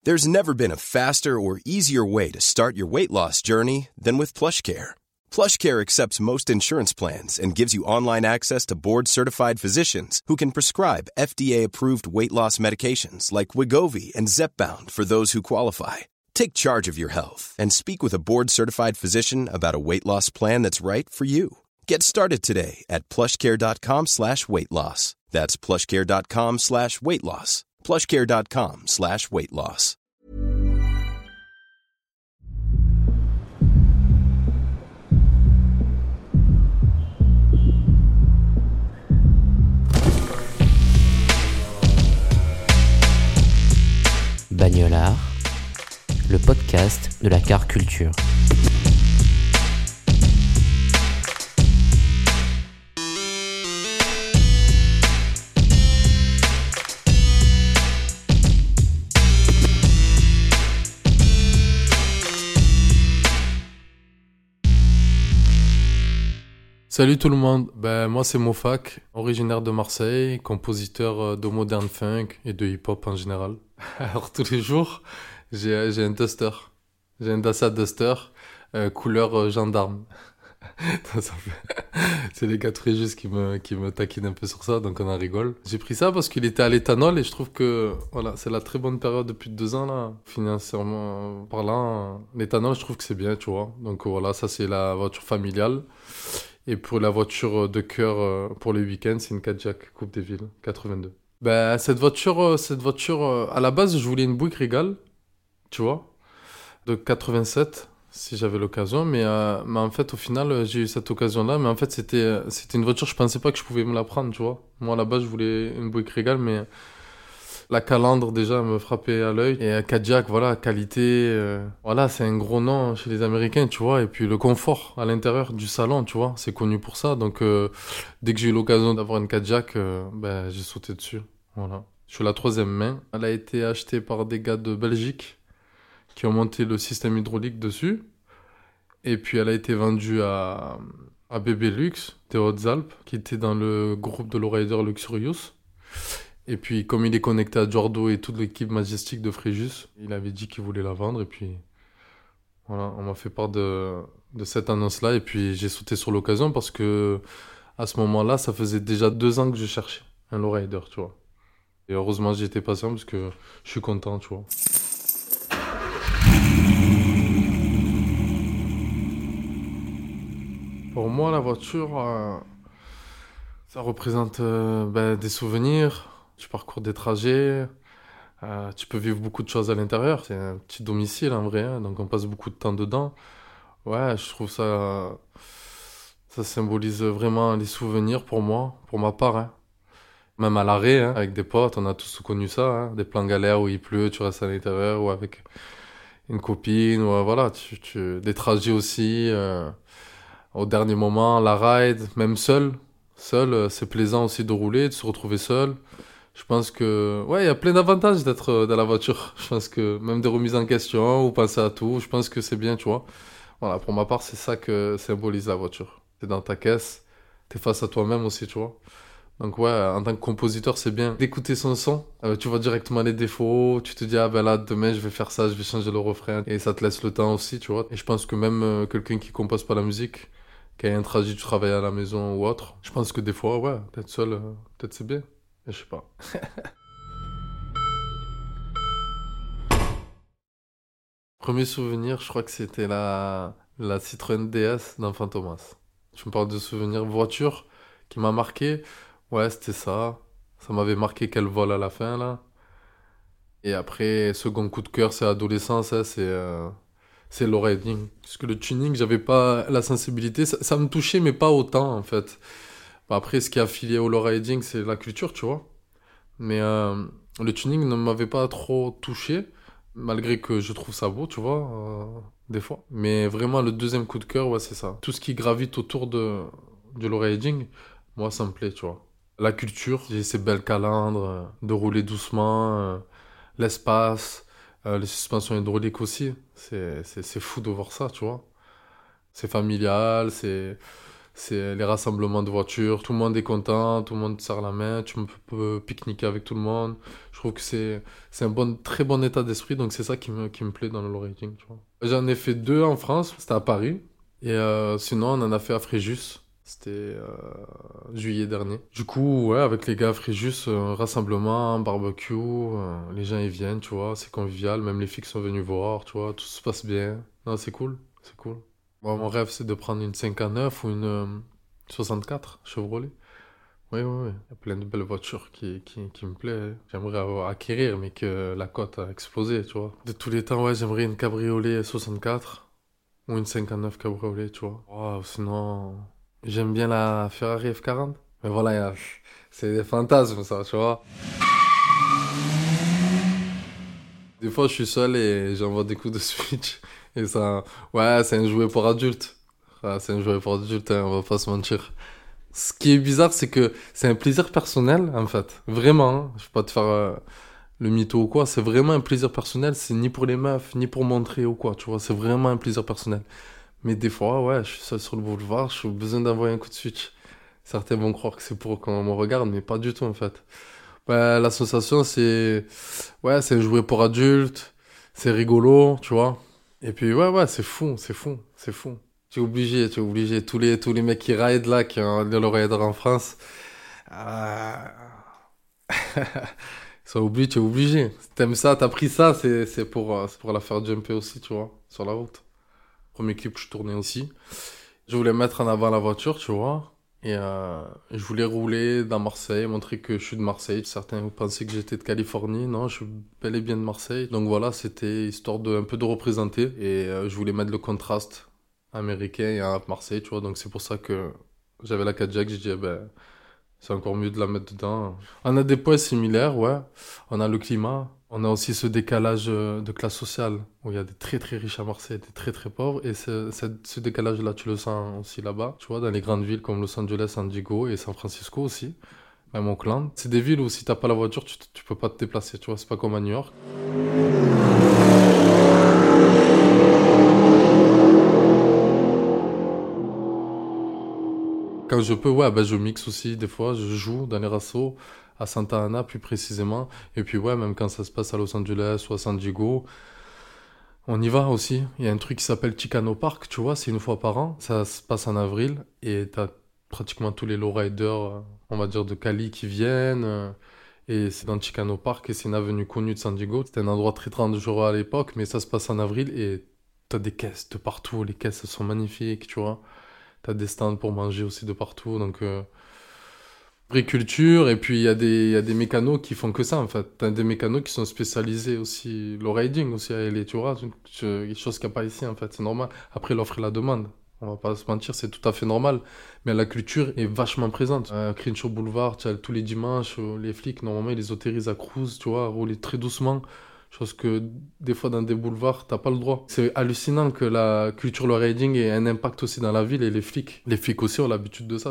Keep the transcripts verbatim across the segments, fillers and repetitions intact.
There's never been a faster or easier way to start your weight loss journey than with PlushCare. PlushCare accepts most insurance plans and gives you online access to board-certified physicians who can prescribe F D A-approved weight loss medications like Wegovy and Zepbound for those who qualify. Take charge of your health and speak with a board-certified physician about a weight loss plan that's right for you. Get started today at plushcare.com slash weight loss. That's plushcare.com slash weight loss. plushcare.com slash weight loss. Bagnolard, le podcast de la car culture. Salut tout le monde, ben, moi c'est Mofak, originaire de Marseille, compositeur de modern funk et de hip-hop en général. Alors tous les jours, j'ai, j'ai un Duster, j'ai un Dacia Duster, euh, couleur euh, gendarme. ça, ça fait... C'est les gars très justes qui me, qui me taquinent un peu sur ça, donc on en rigole. J'ai pris ça parce qu'il était à l'éthanol et je trouve que voilà, c'est la très bonne période depuis deux ans là, financièrement parlant. L'éthanol, je trouve que c'est bien, tu vois. Donc voilà, ça c'est la voiture familiale. Et pour la voiture de cœur pour les week-ends, c'est une Cadillac Coupe des Villes quatre-vingt-deux. Ben, cette voiture, cette voiture, à la base, je voulais une Buick Regal, tu vois, de quatre-vingt-sept, si j'avais l'occasion. Mais, euh, mais en fait, au final, j'ai eu cette occasion-là. Mais en fait, c'était, c'était une voiture, je pensais pas que je pouvais me la prendre, tu vois. Moi, à la base, je voulais une Buick Regal, mais la calandre, déjà, me frappait à l'œil. Et Cadillac, voilà, qualité, euh, voilà, c'est un gros nom chez les Américains, tu vois. Et puis le confort à l'intérieur du salon, tu vois, c'est connu pour ça. Donc, euh, dès que j'ai eu l'occasion d'avoir une Cadillac, euh, ben, j'ai sauté dessus. Voilà. Je suis la troisième main. Elle a été achetée par des gars de Belgique qui ont monté le système hydraulique dessus. Et puis, elle a été vendue à, à B B Lux, des Hautes-Alpes, qui était dans le groupe de lowrider Luxurious. Et puis, comme il est connecté à Giordo et toute l'équipe Majestic de Fréjus, il avait dit qu'il voulait la vendre. Et puis, voilà, on m'a fait part de, de cette annonce-là. Et puis, j'ai sauté sur l'occasion parce que, à ce moment-là, ça faisait déjà deux ans que je cherchais un lowrider, tu vois. Et heureusement, j'ai été patient parce que je suis content, tu vois. Pour moi, la voiture, euh, ça représente euh, ben, des souvenirs. Tu parcours des trajets, euh, tu peux vivre beaucoup de choses à l'intérieur. C'est un petit domicile en vrai, hein, donc on passe beaucoup de temps dedans. Ouais, je trouve ça, ça symbolise vraiment les souvenirs pour moi, pour ma part. Hein. Même à l'arrêt, hein, avec des potes, on a tous connu ça, hein, des plans galères où il pleut, tu restes à l'intérieur, ou avec une copine, ou euh, voilà, tu, tu... des trajets aussi. Euh, au dernier moment, la ride, même seul, seul, euh, c'est plaisant aussi de rouler, de se retrouver seul. Je pense que, ouais, il y a plein d'avantages d'être dans la voiture. Je pense que même des remises en question ou penser à tout, je pense que c'est bien, tu vois. Voilà, pour ma part, c'est ça que symbolise la voiture. T'es dans ta caisse, t'es face à toi-même aussi, tu vois. Donc ouais, en tant que compositeur, c'est bien d'écouter son son. Euh, tu vois directement les défauts, tu te dis, ah ben là, demain, je vais faire ça, je vais changer le refrain. Et ça te laisse le temps aussi, tu vois. Et je pense que même euh, quelqu'un qui compose pas la musique, qui a un trajet du travail à la maison ou autre, je pense que des fois, ouais, peut-être seul, euh, peut-être c'est bien. Je sais pas. Premier souvenir, je crois que c'était la, la Citroën D S dans Fantomas. Je me parle de souvenirs voiture qui m'a marqué. Ouais, c'était ça. Ça m'avait marqué qu'elle vole à la fin, là. Et après, second coup de cœur, c'est l'adolescence, hein, c'est, euh, c'est le riding. Parce que le tuning, j'avais pas la sensibilité. Ça, ça me touchait, mais pas autant, en fait. Bah, après, ce qui est affilié au low riding, c'est la culture, tu vois. Mais euh, le tuning ne m'avait pas trop touché, malgré que je trouve ça beau, tu vois, euh, des fois. Mais vraiment, le deuxième coup de cœur, ouais, c'est ça. Tout ce qui gravite autour de, du low riding, moi, ça me plaît, tu vois. La culture, j'ai ces belles calandres, euh, de rouler doucement, euh, l'espace, euh, les suspensions hydrauliques aussi. C'est, c'est, c'est fou de voir ça, tu vois. C'est familial, c'est... C'est les rassemblements de voitures, tout le monde est content, tout le monde te serre la main, tu peux pique-niquer avec tout le monde. Je trouve que c'est, c'est un bon, très bon état d'esprit, donc c'est ça qui me, qui me plaît dans le lowriding, tu vois. J'en ai fait deux en France, c'était à Paris, et euh, sinon on en a fait à Fréjus, c'était euh, juillet dernier. Du coup, ouais, avec les gars à Fréjus, euh, rassemblement, barbecue, euh, les gens ils viennent, tu vois, c'est convivial, même les filles sont venues voir, tu vois, tout se passe bien. Non, c'est cool, c'est cool. Moi, mon rêve, c'est de prendre une cinq à neuf ou une euh, soixante-quatre Chevrolet. Oui, oui, oui. Il y a plein de belles voitures qui, qui, qui me plaisent. J'aimerais avoir- acquérir, mais que la cote a explosé, tu vois. De tous les temps, ouais, j'aimerais une cabriolet soixante-quatre ou une cinq à neuf cabriolet, tu vois. Oh, sinon, j'aime bien la Ferrari F quarante. Mais voilà, y a- c'est des fantasmes, ça, tu vois. Des fois, je suis seul et j'envoie des coups de Switch. Et ça, ouais, c'est un jouet pour adultes. Ah, c'est un jouet pour adultes, hein, on va pas se mentir. Ce qui est bizarre, c'est que c'est un plaisir personnel, en fait. Vraiment, hein. Je vais pas te faire euh, le mytho ou quoi. C'est vraiment un plaisir personnel. C'est ni pour les meufs, ni pour montrer ou quoi, tu vois. C'est vraiment un plaisir personnel. Mais des fois, ouais, je suis seul sur le boulevard, je suis besoin d'envoyer un coup de Switch. Certains vont croire que c'est pour qu'on me regarde, mais pas du tout, en fait. Bah, l'association, c'est... Ouais, c'est un jouet pour adultes. C'est rigolo, tu vois. Et puis, ouais, ouais, c'est fou, c'est fou, c'est fou. Tu es obligé, tu es obligé. Tous les, tous les mecs qui ride là, qui ont le rider en France, euh... ils sont obligés, tu es obligé. Si t'aimes ça, t'as pris ça, c'est, c'est pour, euh, c'est pour la faire jumper aussi, tu vois, sur la route. Premier clip que je tournais aussi. Je voulais mettre en avant la voiture, tu vois. Et euh, je voulais rouler dans Marseille, montrer que je suis de Marseille. Certains pensaient que j'étais de Californie. Non, je suis bel et bien de Marseille. Donc voilà, c'était histoire de un peu de représenter. Et euh, je voulais mettre le contraste américain et à Marseille, tu vois. Donc c'est pour ça que j'avais la quatre Jack. J'ai dit, eh ben, c'est encore mieux de la mettre dedans. On a des points similaires, ouais. On a le climat. On a aussi ce décalage euh, de classe sociale, où il y a des très très riches à Marseille, des très très pauvres. Et ce, ce, ce décalage-là, tu le sens aussi là-bas. Tu vois, dans les grandes villes comme Los Angeles, San Diego et San Francisco aussi. Même Oakland. C'est des villes où si t'as pas la voiture, tu, tu peux pas te déplacer, tu vois. C'est pas comme à New York. Quand je peux, ouais, ben je mixe aussi des fois, je joue dans les rassos, à Santa Ana plus précisément. Et puis ouais, même quand ça se passe à Los Angeles ou à San Diego, on y va aussi. Il y a un truc qui s'appelle Chicano Park, tu vois, c'est une fois par an. Ça se passe en avril et t'as pratiquement tous les lowriders, euh, on va dire, de Cali qui viennent. euh, Et c'est dans Chicano Park et c'est une avenue connue de San Diego. C'était un endroit très dangereux à l'époque, mais ça se passe en avril et t'as des caisses de partout. Les caisses sont magnifiques, tu vois. T'as des stands pour manger aussi de partout, donc euh, vraie culture. Et puis il y a des, il y a des mécanos qui font que ça en fait. T'as des mécanos qui sont spécialisés aussi, le riding aussi à L A, tu vois, quelque chose qu'il n'y a pas ici en fait, c'est normal. Après l'offre et la demande, on va pas se mentir, c'est tout à fait normal. Mais la culture est vachement présente. À Crenshaw Boulevard, tu as tous les dimanches, euh, les flics, normalement, ils les autorisent à cruise, tu vois, à rouler très doucement. Chose que des fois dans des boulevards, t'as pas le droit. C'est hallucinant que la culture le riding ait un impact aussi dans la ville et les flics. Les flics aussi ont l'habitude de ça.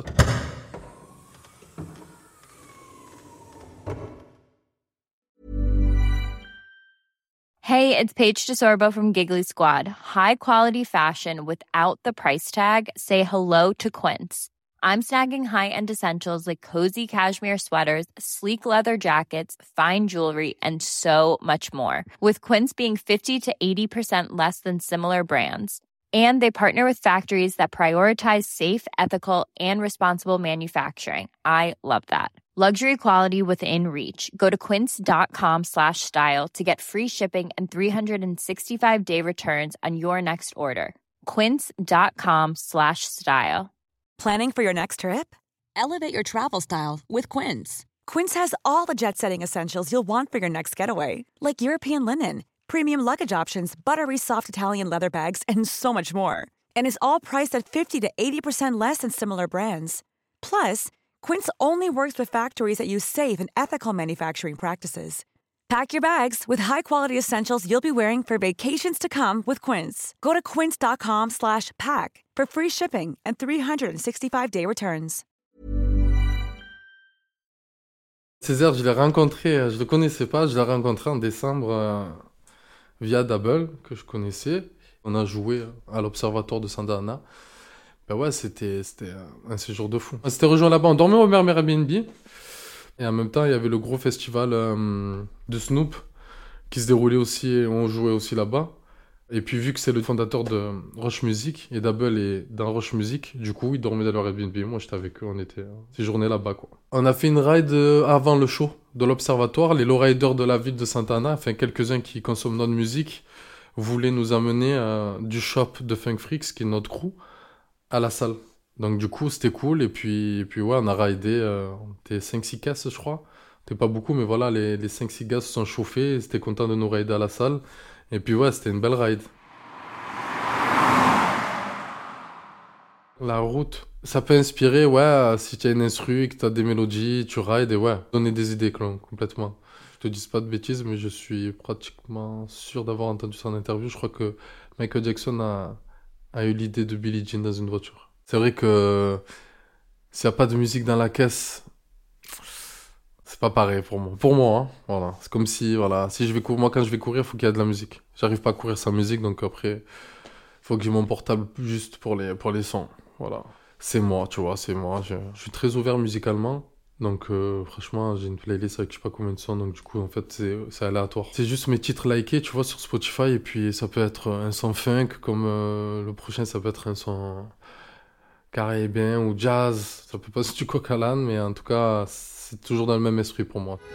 Hey, it's Paige DeSorbo from Giggly Squad. High quality fashion without the price tag. Say hello to Quince. I'm snagging high-end essentials like cozy cashmere sweaters, sleek leather jackets, fine jewelry, and so much more. With Quince being fifty to eighty percent less than similar brands. And they partner with factories that prioritize safe, ethical, and responsible manufacturing. I love that. Luxury quality within reach. Go to quince.com slash style to get free shipping and three sixty-five day returns on your next order. Quince.com slash style. Planning for your next trip? Elevate your travel style with Quince. Quince has all the jet-setting essentials you'll want for your next getaway, like European linen, premium luggage options, buttery soft Italian leather bags, and so much more. And is all priced at fifty to eighty percent less than similar brands. Plus, Quince only works with factories that use safe and ethical manufacturing practices. Pack your bags with high-quality essentials you'll be wearing for vacations to come with Quince. Go to quince.com slash pack for free shipping and three sixty-five day returns. Césaire, je l'ai rencontré, je le connaissais pas, je l'ai rencontré en décembre euh, via Double, que je connaissais. On a joué à l'Observatoire de Santa Ana. Bah ouais, c'était, c'était un séjour de fou. On s'était rejoint là-bas, on dormait au Airbnb. Et en même temps, il y avait le gros festival euh, de Snoop qui se déroulait aussi, et on jouait aussi là-bas. Et puis vu que c'est le fondateur de Rush Music, et Double est dans Rush Music, du coup, ils dormaient dans leur Airbnb. Moi, j'étais avec eux, on était séjourné là-bas, quoi. On a fait une ride euh, avant le show de l'Observatoire. Les lowriders de la ville de Santa Ana, enfin quelques-uns qui consomment notre musique, voulaient nous amener euh, du shop de Funk Freaks, qui est notre crew, à la salle. Donc du coup, c'était cool. Et puis, et puis ouais, on a ridé, euh, on était cinq six caisses, je crois. C'était pas beaucoup, mais voilà, les, les cinq six gars se sont chauffés, ils étaient contents de nous rider à la salle. Et puis ouais, c'était une belle ride. La route, ça peut inspirer, ouais, si tu as une instru, que tu as des mélodies, tu rides, et ouais, donner des idées, complètement. Je te dis pas de bêtises, mais je suis pratiquement sûr d'avoir entendu ça en interview. Je crois que Michael Jackson a, a eu l'idée de Billie Jean dans une voiture. C'est vrai que s'il n'y a pas de musique dans la caisse, c'est pas pareil pour moi. Pour moi, hein, voilà. C'est comme si, voilà, si je vais courir, moi quand je vais courir, il faut qu'il y ait de la musique. J'arrive pas à courir sans musique, donc après, il faut que j'ai mon portable juste pour les, pour les sons. Voilà. C'est moi, tu vois, c'est moi. Je, je suis très ouvert musicalement. Donc, euh, franchement, j'ai une playlist avec je sais pas combien de sons. Donc, du coup, en fait, c'est, c'est aléatoire. C'est juste mes titres likés, tu vois, sur Spotify. Et puis, ça peut être un son funk, comme euh, le prochain, ça peut être un son caribéen ou jazz. Ça peut pas être du coq à l'âne, mais en tout cas, c'est toujours dans le même esprit pour moi.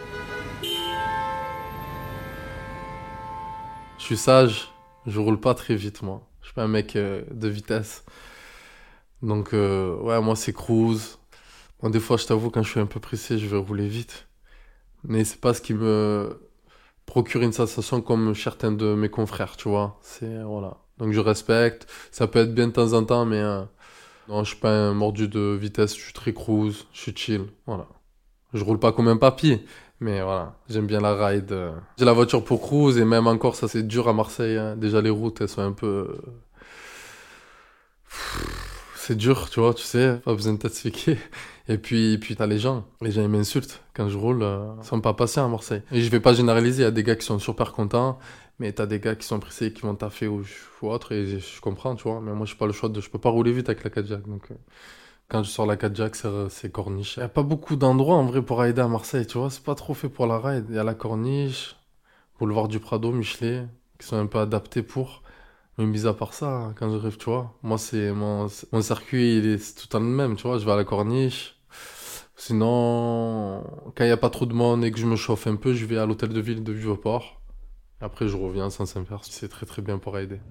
Je suis sage, je roule pas très vite, moi. Je suis pas un mec euh, de vitesse. Donc, euh, ouais, moi, c'est cruise. Moi, des fois, je t'avoue, quand je suis un peu pressé, je vais rouler vite. Mais c'est pas ce qui me procure une sensation comme certains de mes confrères, tu vois. C'est, voilà. Donc, je respecte. Ça peut être bien de temps en temps, mais euh, non, je suis pas un mordu de vitesse. Je suis très cruise, je suis chill, voilà. Je roule pas comme un papy, mais voilà, j'aime bien la ride. J'ai la voiture pour cruise, et même encore, ça, c'est dur à Marseille, hein. Déjà, les routes, elles sont un peu... C'est dur, tu vois, tu sais, pas besoin de t'expliquer. Et puis, puis t'as les gens. Les gens, ils m'insultent quand je roule. Euh, ils sont pas patients à Marseille. Et je vais pas généraliser, il y a des gars qui sont super contents, mais t'as des gars qui sont pressés, qui vont taffer ou, ou autre, et je, je comprends, tu vois. Mais moi, j'ai pas le choix de... Je peux pas rouler vite avec la quatre Jack, donc... Euh, quand je sors la quatre Jack, c'est, c'est corniche. Il y a pas beaucoup d'endroits, en vrai, pour rider à Marseille, tu vois. C'est pas trop fait pour la ride. Il y a la corniche, boulevard du Prado, Michelet, qui sont un peu adaptés pour... Mais mis à part ça, quand j'arrive, tu vois, moi, c'est mon, mon circuit, il est c'est tout le temps le même, tu vois. Je vais à la corniche. Sinon, quand il n'y a pas trop de monde et que je me chauffe un peu, je vais à l'hôtel de ville de Vieux-Port. Après, je reviens sans Saint-Père. C'est très très bien pour rider.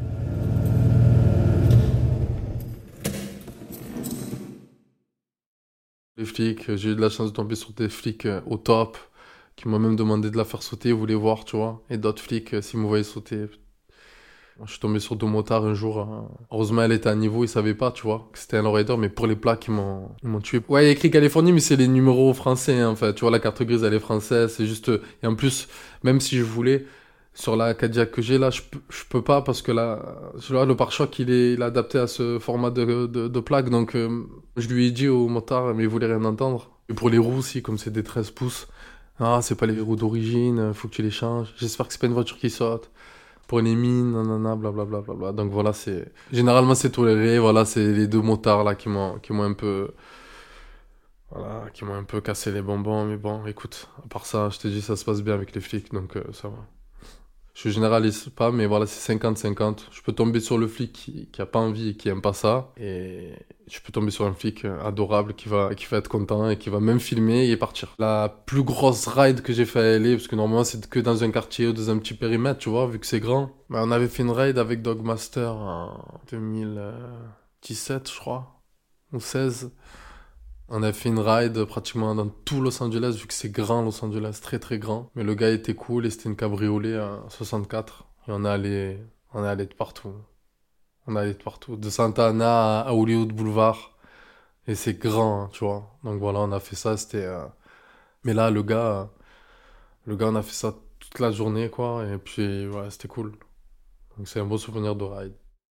Les flics, j'ai eu de la chance de tomber sur des flics au top, qui m'ont même demandé de la faire sauter, ils voulaient voir, tu vois. Et d'autres flics, s'ils me voyaient sauter... Je suis tombé sur deux motards un jour. Hein. Heureusement, elle était à niveau, ils savaient pas, tu vois, que c'était un lowrider, mais pour les plaques, ils m'ont, ils m'ont tué. Ouais, il y a écrit Californie, mais c'est les numéros français, hein, en fait. Tu vois, la carte grise, elle est française, c'est juste... Et en plus, même si je voulais, sur la Cadillac que j'ai, là, je peux, je peux pas, parce que là, là le pare-choc, il est, il est adapté à ce format de, de, de plaque, donc euh, je lui ai dit au motard, mais il voulait rien entendre. Et pour les roues aussi, comme c'est des treize pouces, ah, c'est pas les roues d'origine, faut que tu les changes. J'espère que c'est pas une voiture qui saute. Pour les mines, nanana, blablabla, bla, bla. Donc voilà, c'est... Généralement, c'est toléré. Voilà, c'est les deux motards, là, qui m'ont, qui m'ont un peu... Voilà, qui m'ont un peu cassé les bonbons. Mais bon, écoute, à part ça, je te dis, ça se passe bien avec les flics, donc euh, ça va. Je généralise pas, mais voilà, c'est cinquante cinquante. Je peux tomber sur le flic qui, qui a pas envie et qui aime pas ça. Et je peux tomber sur un flic adorable qui va, qui va être content et qui va même filmer et partir. La plus grosse ride que j'ai fait à L A, parce que normalement c'est que dans un quartier ou dans un petit périmètre, tu vois, vu que c'est grand. Mais on avait fait une ride avec Dogmaster en deux mille dix-sept, je crois, ou seize. On a fait une ride pratiquement dans tout Los Angeles, vu que c'est grand Los Angeles, très très grand. Mais le gars était cool et c'était une cabriolet à soixante-quatre. Et on est allé, on est allé de partout. On est allé de partout. De Santa Ana à Hollywood Boulevard. Et c'est grand, hein, tu vois. Donc voilà, on a fait ça, c'était... Euh... Mais là, le gars, le gars, on a fait ça toute la journée, quoi. Et puis, ouais, c'était cool. Donc c'est un beau souvenir de ride.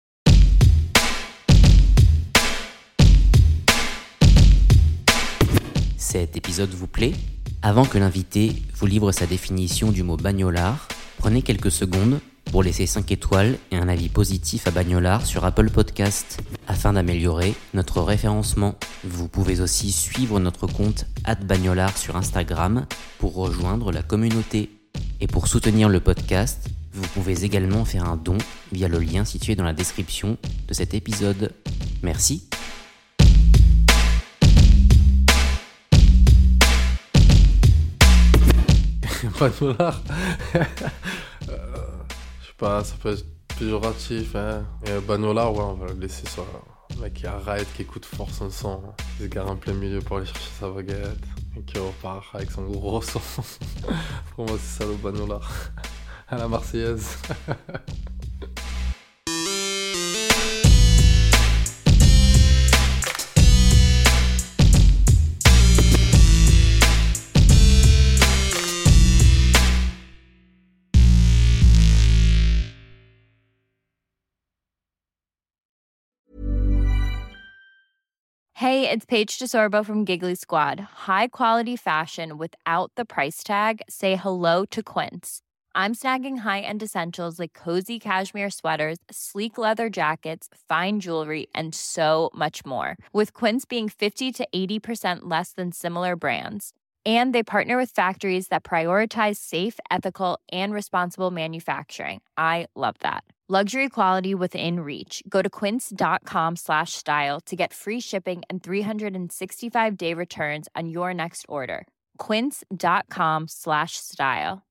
Cet épisode vous plaît ? Avant que l'invité vous livre sa définition du mot bagnolard, prenez quelques secondes pour laisser cinq étoiles et un avis positif à Bagnolard sur Apple Podcast. Afin d'améliorer notre référencement, vous pouvez aussi suivre notre compte arobase bagnolard sur Instagram pour rejoindre la communauté. Et pour soutenir le podcast, vous pouvez également faire un don via le lien situé dans la description de cet épisode. Merci. Bagnolard, euh, je sais pas, ça peut être péjoratif, hein. Et Bagnolard, ouais, on va le laisser sur un mec qui arrête, qui écoute fort son son, qui se gare en plein milieu pour aller chercher sa baguette, et qui repart avec son gros son. Pour moi, c'est ça le Bagnolard, à la Marseillaise. Hey, it's Paige DeSorbo from Giggly Squad. High quality fashion without the price tag. Say hello to Quince. I'm snagging high-end essentials like cozy cashmere sweaters, sleek leather jackets, fine jewelry, and so much more. With Quince being fifty to eighty percent less than similar brands. And they partner with factories that prioritize safe, ethical, and responsible manufacturing. I love that. Luxury quality within reach. Go to quince.com slash style to get free shipping and three sixty-five day returns on your next order. Quince.com slash style.